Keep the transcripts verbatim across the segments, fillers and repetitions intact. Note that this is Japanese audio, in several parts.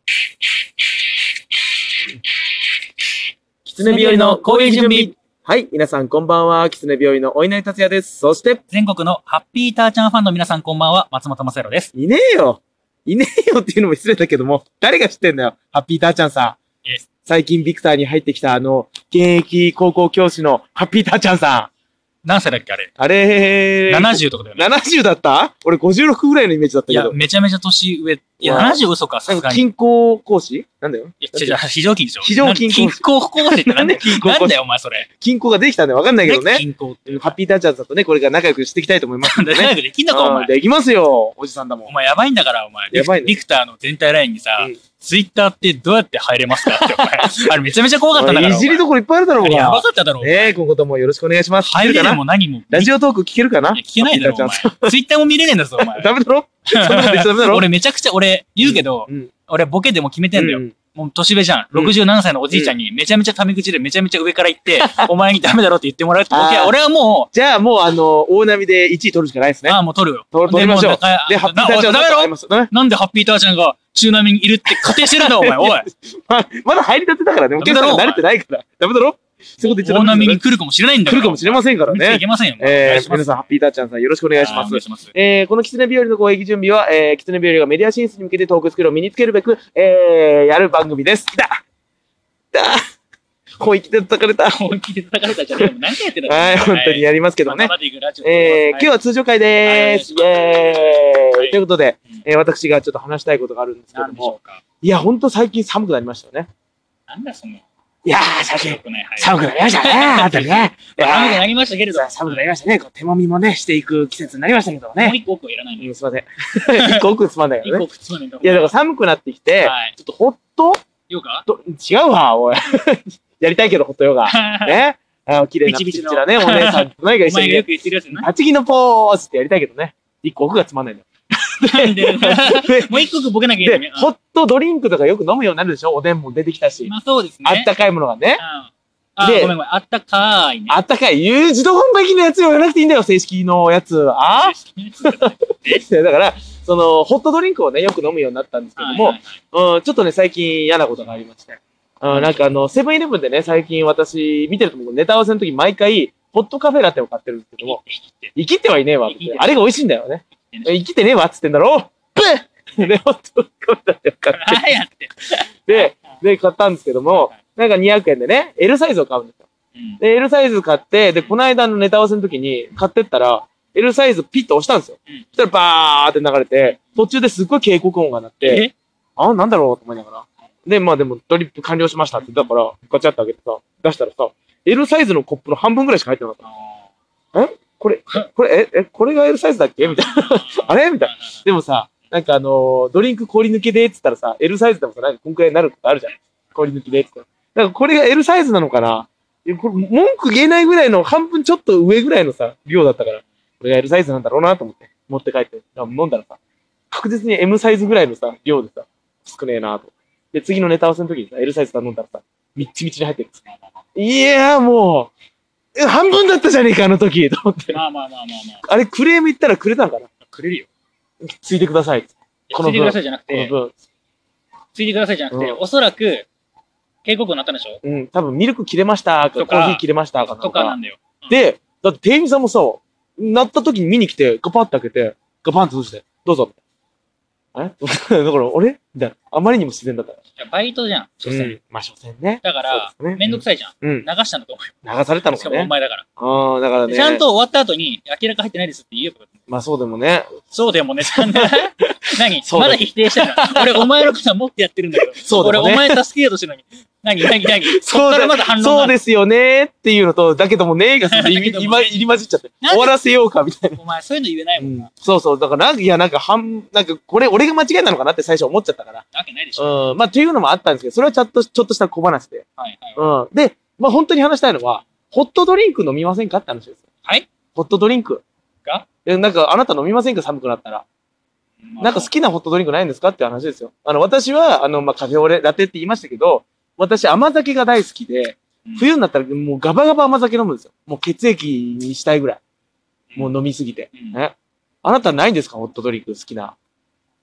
狐日和の攻撃準備。はい、皆さんこんばんは。狐日和のお稲荷達也です。そして、 全国のハッピーターちゃんファンの皆さんこんばんは。松本正弘です。 いねえよ。いねえよっていうのも失礼だけども、誰が知ってんだよ。ハッピーターちゃんさん。最近ビクターに入ってきたあの、現役高校教師のハッピーターちゃんさん。 何歳だっけあれ。 あれ、 ななじゅうとかだよね。 ななじゅうだった？俺ごじゅうろくぐらいのイメージだったけど。 いや、めちゃめちゃ年上。いや、ななじゅう嘘か、さすがに。 金庫講師なんだよ。 いや、違う違う、非常勤でしょ。 非常勤講師。 金庫講師ってなんで金庫なんだよ、お前それ。 金庫ができたんでわかんないけどね。 金庫って。 ハッピーターちゃんさんとね、これから仲良くしていきたいと思いますんでね。 仲良くできんのか、お前。 できますよ、おじさんだもん。 お前やばいんだから、お前。 やばいね。 ビクターの全体ラインにさ、ツイッターってどうやって入れますかって、お前。あれめちゃめちゃ怖かったんだから。 いじりどころいっぱいあるだろうが。 やばかっただろう。 ねえ、今後ともよろしくお願いします。 入れるも何も。 ラジオトーク聞けるかな？ 聞けないだろ、お前。ツイッターも見れねえんだぞ、お前。 ダメだろ？そんなこと言っちゃダメだろ？ 俺めちゃくちゃ、俺言うけど、俺ボケでも決めてんだよ。もう年上じゃん。ろくじゅうななさいのおじいちゃんにめちゃめちゃタメ口でめちゃめちゃ上から言って、お前にダメだろって言ってもらうってボケ。俺はもう。 じゃあもうあの、大波でいちい取るしかないですね。 ああ、もう取るよ。 取りましょう。で、ハッピーターちゃん。 ダメろなんでハッピーターちゃんが中波にいるって仮定してるんだ、お前。おい。 まだ入りたてだからね。お客さんが慣れてないから。ダメだろ？そういうこと言っちゃダメだろ。 大波に来るかもしれないんだよ。 来るかもしれませんからね。 いけませんよ。 えー、皆さん、ハッピーターちゃんさんよろしくお願いします。えー、この狐日和の攻撃準備は、えー、狐日和がメディア進出に向けてトークスキルを身につけるべく、えー、やる番組です。いただ本気で叩かれた。 本気で叩かれたじゃねえ。何やってんだ。 はい、本当にやりますけどね。えー、今日は通常回でーす。イェーイということで、えー、私がちょっと話したいことがあるんですけども。いや、ほんと最近寒くなりましたよね。 なんだその。 いやー、最近寒くなりましたね。あたりね。 寒くなりましたけれど。 寒くなりましたね。手もみもね、していく季節になりましたけどね。 もう一個奥はいらないの。 すいません。一個奥つまんないからね。 一個奥つまんないんだ。 いや、だから寒くなってきて、ちょっとホットヨガ違うわ、おい。やりたいけど、ホットヨガ。ね。あの、綺麗なピチピチなね、お姉さんと何が一緒に。 よく言ってるやつね。 立ち木のポーズってやりたいけどね。一個奥がつまんないんだよ。 もう一個奥ボケなきゃいけない。 ホットドリンクとかよく飲むようになるでしょ？おでんも出てきたし。 まあそうですね。 あったかいものがね。 あ、ごめんごめん。あったかいね。 あったかい。いう自動販売機のやつをやらなくていいんだよ、正式のやつ。ああだから、その、ホットドリンクをね、よく飲むようになったんですけども、うん、ちょっとね、最近嫌なことがありまして。うん、なんかあの、セブンイレブンでね、最近私、見てると思う。ネタ合わせの時毎回、ホットカフェラテを買ってるんですけども、生きってはいねえわ。あれが美味しいんだよね。生きてねえわっつってんだろプッで、ホットカフェラテを買って。で、で、買ったんですけども、なんかにひゃくえんでね、L サイズを買うんですよ。で、L サイズ買って、で、この間のネタ合わせの時に買ってったら、L サイズピッと押したんですよ。そしたらバーって流れて、途中ですっごい警告音が鳴って、あ、なんだろうと思いながら。で、まあでもドリップ完了しましたって言ったから、ガチャって開けてさ、出したらさ、L サイズのコップの半分ぐらいしか入ってなかった。えこれ、これ、え、え、これが L サイズだっけみたいな。あれみたいな。でもさ、なんかあのー、ドリンク氷抜けでって言ったらさ、L サイズでもさ、なんかこんくらいになることあるじゃん。氷抜きでって言ったら。なんかこれが L サイズなのかなこれ文句言えないぐらいの半分ちょっと上ぐらいのさ、量だったから、これが L サイズなんだろうなと思って、持って帰って、飲んだらさ、確実に M サイズぐらいのさ、量でさ、少ねえなと。で、次のネタ合わせの時にさ、L サイズ頼んだらさ、みっちみちに入ってるんです。いやーもう、半分だったじゃねえか、あの時、と思って。 まあまあまあまあまあ。 あれ、クレーム言ったらくれたのかな？ くれるよ。 ついてください。 この分。ついてくださいじゃなくて、ついてくださいじゃなくて、おそらく、警告になったんでしょ？ うん、多分ミルク切れましたか、コーヒー切れましたかとかなんだよ。 で、だって店員さんもさ、なった時に見に来て、ガパって開けて、ガパンと閉じて、どうぞ。えだから、俺みたいな。あまりにも自然だったら。 いや、バイトじゃん。所詮。 まあ、所詮ね。 だから、めんどくさいじゃん。うん。流したんだと思うよ。流されたのかね。 しかもお前だから。 ああ、だからね。 ちゃんと終わった後に、明らか入ってないですって言えば。 まあ、そうでもね。 そうでもね。何まだ否定してるの？俺、お前のことは持ってやってるんだけど。そうだね。俺、お前助けようとしてるのに。何何何そうだ、まだ反論そうですよねっていうのと、だけどもねが今入り混じっちゃって。終わらせようかみたいな。 お前、そういうの言えないもんな。 そうそう。だから、いや、なんか、半、なんか、これ、俺が間違いなのかなって最初思っちゃったから。 わけないでしょ。 うん。まあ、というのもあったんですけど、それはちょっと、ちょっとした小話で。 はいはい。 うん。で、まあ、本当に話したいのは、ホットドリンク飲みませんかって話です。 はい？ ホットドリンク。 が？ え、なんか、あなた飲みませんか寒くなったら。なんか好きなホットドリンクないんですかって話ですよ。あの、私は、あの、まあ、カフェオレ、ラテって言いましたけど、私甘酒が大好きで、冬になったらもうガバガバ甘酒飲むんですよ。もう血液にしたいぐらい。もう飲みすぎて。ね。あなたないんですかホットドリンク好きな。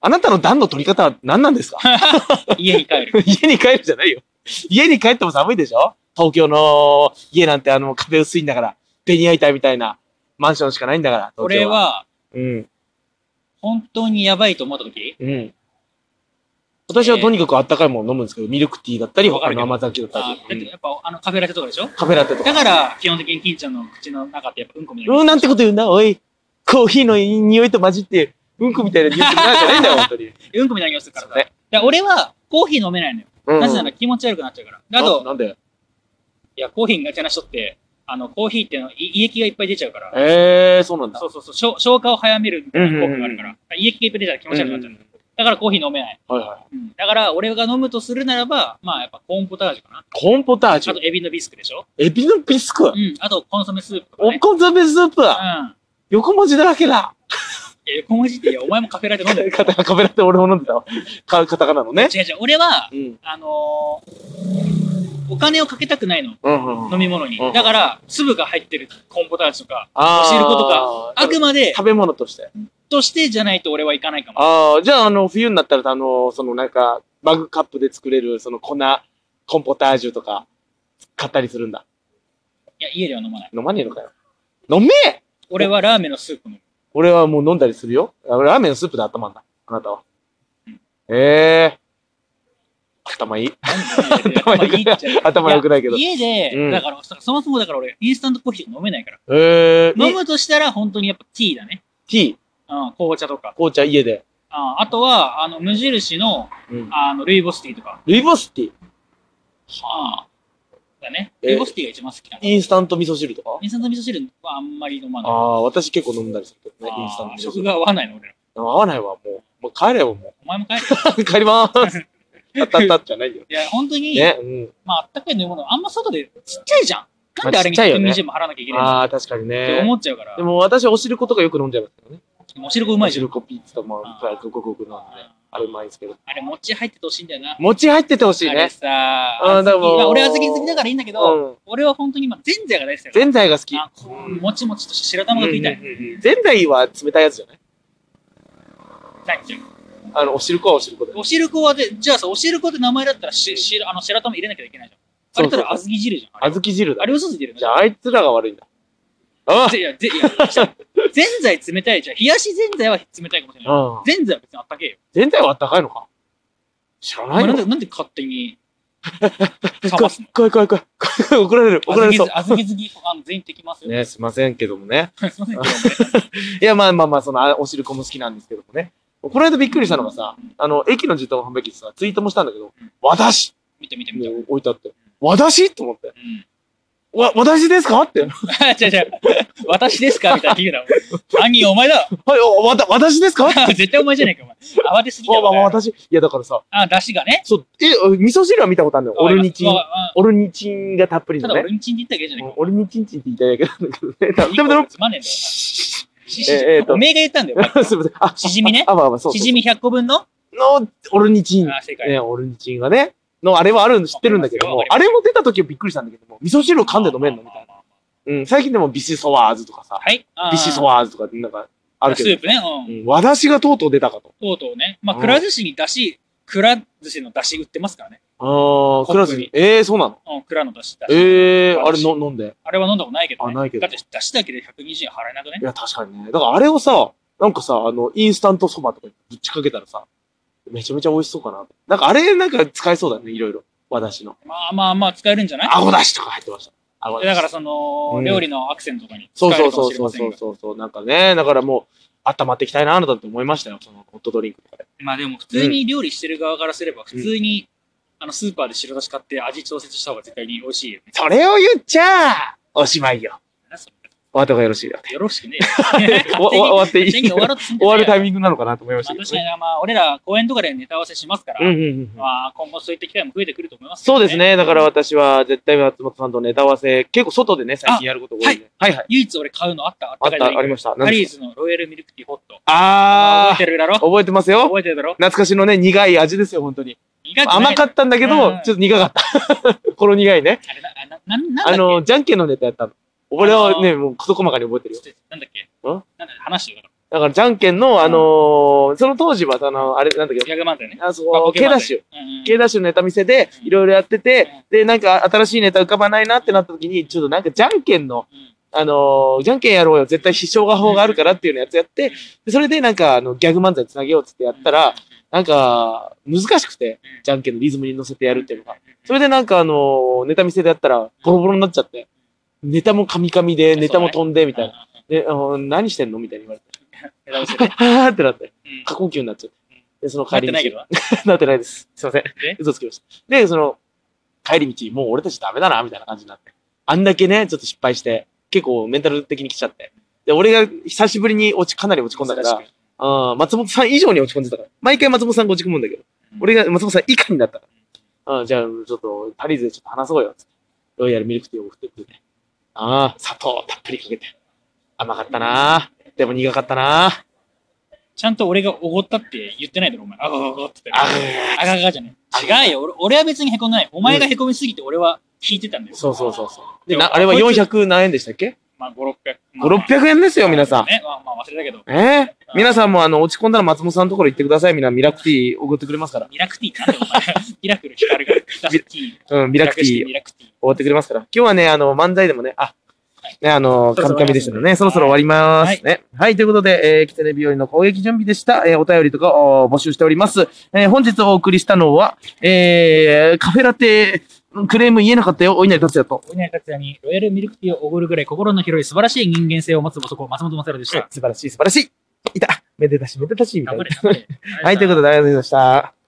あなたの暖の取り方は何なんですか？ 家に帰る。 家に帰るじゃないよ。家に帰っても寒いでしょ？東京の家なんてあの壁薄いんだから、ベニヤ板みたいなマンションしかないんだから、東京は。 俺は、 うん。 本当にやばいと思った時うん。私はとにかくあったかいもの飲むんですけど、ミルクティーだったり、他の甘酒だったり。 あ、やっぱあのカフェラテとかでしょ？ カフェラテとか。 だから、基本的に金ちゃんの口の中ってやっぱうんこみたいな。 うん、なんてこと言うんだ、おい。コーヒーの匂いと混じって、うんこみたいな匂いするなんじゃないんだよ、本当に。 うんこみたいな匂いするからさ。ね、俺は、コーヒー飲めないのよ。うん、なぜなら気持ち悪くなっちゃうから。あと、 なんで？ いや、コーヒー苦手な人って、あの、コーヒーっていうのは胃液がいっぱい出ちゃうから。 ええー、そうなんだ。 そうそうそう。消化を早めるみたいな効果があるから。胃液がいっぱい出たら気持ち悪くなっちゃう。うんうん、だからコーヒー飲めない。はいはい。うん、だから、俺が飲むとするならば、まあ、やっぱコーンポタージュかな。 コーンポタージュ？ あと、エビのビスクでしょ？エビのビスク？ うん。あと、コンソメスープとか、ね。 お、コンソメスープ？うん。横文字だらけだ。 いや、横文字って、いや、お前もカフェラテ飲んでる。 カフェラテ俺も飲んでたわ。カタカナのね。 違う違う。俺は、うん、あのー、お金をかけたくないの。うんうん、飲み物に。うん、だから、粒が入ってるコーンポタージュとか、お汁粉とか、あくまで、 食べ物として。 としてじゃないと俺は行かないかも。 ああ、じゃあ、あの、冬になったら、あの、そのなんか、マグカップで作れる、その粉、コーンポタージュとか、買ったりするんだ。 いや、家では飲まない。 飲まねえのかよ。飲めえ！ 俺はラーメンのスープ飲む。 俺はもう飲んだりするよ。ラーメンのスープで頭んだ。あなたは。うん、ええー。頭いい。頭いい。頭良くないけど。 家で、うん、だから、そもそもだから俺、インスタントコーヒー飲めないから。 ええー。 飲むとしたら、本当にやっぱティーだね。 ティー？ うん、紅茶とか。 紅茶家で。 あ, あとは、あの、無印の、うん、あの、ルイボスティーとか。 ルイボスティー？ はあ。だね。ルイボスティーが一番好きなの。 インスタント味噌汁とか？ インスタント味噌汁はあんまり飲まない。 ああ、私結構飲んだりするけどね、インスタント味噌汁。 食が合わないの俺ら。 合わないわ、もう。もう帰れよ、もう。 お前も帰れよ。 帰りまーす。あったったじゃないよ。 いや、本当に、 ね、うん。 まあ、あったかい飲み物、あんま外でちっちゃいじゃん。なんであれにひゃくにじゅうえんも払わなきゃいけないんだああ、確かにね。 って思っちゃうから。 でも私、お汁粉とかよく飲んじゃいますけどね。 お汁粉うまいじゃん。 お汁粉ピッツとかも、ごくごく飲んでね。あれうまいですけど。 あれ、餅入っててほしいんだよな。 餅入っててほしいね。あれさあ、でも俺は小豆好きだからいいんだけど、俺は本当に今、ぜんざいが大好きだから。 ぜんざいが好き。 もちもちと白玉が食いたい。 ぜんざいは冷たいやつじゃない？ 何じゃあの、お汁粉はお汁粉で。 お汁粉はで、じゃあさ、お汁粉って名前だったら、し、し、あの、白玉入れなきゃいけないじゃん。あれったら小豆汁じゃん。 小豆汁だ。 あれ嘘ついてるの？ じゃあ、あいつらが悪いんだ。ああ。 いや、ぜ、いや、ぜんざい冷たいじゃん。冷やしぜんざいは冷たいかもしれない。ぜんざいは別にあったけえよ。 ぜんざいはあったかいのか？知らないよ。 なんで、なんで勝手に、かますの？ 怖い怖い怖い。怒られる。怒られそう。 あずきずき、あの、全員できますよ。 ね、すいませんけどもね。 すいませんけどもね。 いや、まあまあまあ、その、お汁粉も好きなんですけどもね。この間びっくりしたのがさ、あの、駅の自動販売機でさ、ツイートもしたんだけど、私見て見て見て。 置いてあって。私と思って。わ、私ですかって。 違う違う。私ですかみたいな言うな。兄、お前だ。 はい、お、わた、私ですか絶対お前じゃないか、お前。慌てすぎだよ。あ、私。いや、だからさ。 あ、出汁がね。 そう、え、味噌汁は見たことあるのよ。オルニチン。オルニチンがたっぷりのね。 ただオルニチンって言っただけじゃないか。 オルニチンチンって言っただけなんだけどね。でもでも。 つまんねえんだよ。えっと。おめえが言ったんだよ。 すみません。あ、 しじみね。 あ、まあまあ、そう。 しじみひゃっこぶんのの、オルニチン。 あ、正解。 ね、オルニチンがね。の、あれはあるの知ってるんだけども、あれも出た時はびっくりしたんだけども、味噌汁を噛んで飲めんのみたいな。うん、最近でもビシソワーズとかさ。はい。ビシソワーズとかなんかあるけど。 スープね。 うん。和だしがとうとう出たかと。 とうとうね。まあ、くら寿司にだし、くら寿司のだし売ってますからね。 ああ、くら寿司。ええ、そうなの？ うん、くらのだし。 ええ、あれの飲んで。 あれは飲んだことないけどね。 あ、ないけど。 だってだしだけでひゃくにじゅうえん払えなくね。 いや、確かにね。だからあれをさ、なんかさ、あの、インスタントそばとかにぶっちかけたらさ、めちゃめちゃ美味しそうかな。なんかあれなんか使えそうだね、いろいろ。和だしの。 まあまあまあ使えるんじゃない？ あごだしとか入ってました。 だからその、料理のアクセントとかに使えるかもしれませんが。そうそうそうそう。なんかね、だからもう、温まっていきたいな、あなたって思いましたよ。その、ホットドリンクとかで。 まあでも普通に料理してる側からすれば、普通に、あの、スーパーで白だし買って味調節した方が絶対に美味しいよね。 それを言っちゃおしまいよ。終わった方がよろしいよ。 よろしくね。 終わっていい？ 終わ終わるタイミングなのかなと思いましたけど。 確かに、まあ、俺ら公演とかでネタ合わせしますから、まあ、今後そういった機会も増えてくると思います。 そうですね。だから私は絶対松本さんとネタ合わせ、結構外でね、最近やること多いね。はいはい。 唯一俺買うのあった、 あった、ありました。 ハリーズのロイヤルミルクティーホット。 あー。 覚えてるだろ？ 覚えてますよ。 覚えてるだろ？ 懐かしのね、苦い味ですよ、本当に。甘かったんだけど、ちょっと苦かった。この苦いね。あの、じゃんけんのネタやったの。俺はね、もう、事細かに覚えてるよ。 なんだっけんなんだ話してよ。 だから、じゃんけんの、あのー、その当時は、あの、あれ、なんだっけ。 ギャグ漫才ね。 あ、そう、K ダッシュ。K ダッシュのネタ見せで、いろいろやってて、で、なんか、新しいネタ浮かばないなってなった時に、ちょっとなんか、じゃんけんの、あのー、じゃんけんやろうよ、絶対必勝画法があるからっていうのやつやって、でそれでなんか、あの、ギャグ漫才つなげようっつってやったら、なんか、難しくて、じゃんけんのリズムに乗せてやるっていうのが。それでなんか、あのー、ネタ見せでやったら、ボロボロになっちゃって、ネタもカミカミで、ネタも飛んで、みたいな。で、あの何してんのみたいに言われて。はぁーってなって、過呼吸になっちゃって。で、その帰り道。なってないけどなってないです。すいません。嘘つきました。で、その、帰り道、もう俺たちダメだな、みたいな感じになって。あんだけね、ちょっと失敗して、結構メンタル的に来ちゃって。で、俺が久しぶりに落ち、かなり落ち込んだから、あ松本さん以上に落ち込んでたから。毎回松本さんが落ち込むんだけど、俺が松本さん以下になったから。あじゃあ、ちょっと、パリーズでちょっと話そうよ、つって。ロイヤルミルクティーを送ってくれて。ああ、砂糖たっぷりかけて。甘かったなぁ。でも苦かったなぁ。 ちゃんと俺がおごったって言ってないだろ、お前。あがががって言って。あがががじゃねえ。違うよ。俺俺は別にへこんでない。お前がへこみすぎて俺は聞いてたんだよ。 そうそうそうそう。で、なあれはよんひゃく何円でしたっけ？ まあ、ご、ろっぴゃく。 ご、ろっぴゃくえんですよ、皆さん。 ね、まあ、まあ、忘れたけど。 えー、皆さんもあの、落ち込んだら松本さんのところ行ってください。みんなミラクティー送ってくれますから。 ミラクティーなんでお前。ミラクル光るから。ミラクティー。うん、ミラクティー。 ミラクティー。 送ってくれますから。今日はね、あの、漫才でもね、あ、ね、あの、カミカミでしたのでね、そろそろ終わります。ね。はい、ということで、えー、キツネ日和の攻撃準備でした。えー、お便りとかを募集しております。えー、本日お送りしたのは、えー、カフェラテ、クレーム言えなかったよ、お稲荷達也と。 お稲荷達也にロイヤルミルクティーをおごるぐらい心の広い素晴らしい人間性を持つ男、松本正弘でした。 素晴らしい、素晴らしい。いた。めでたし、めでたし、みたいな。はい、ということでありがとうございました。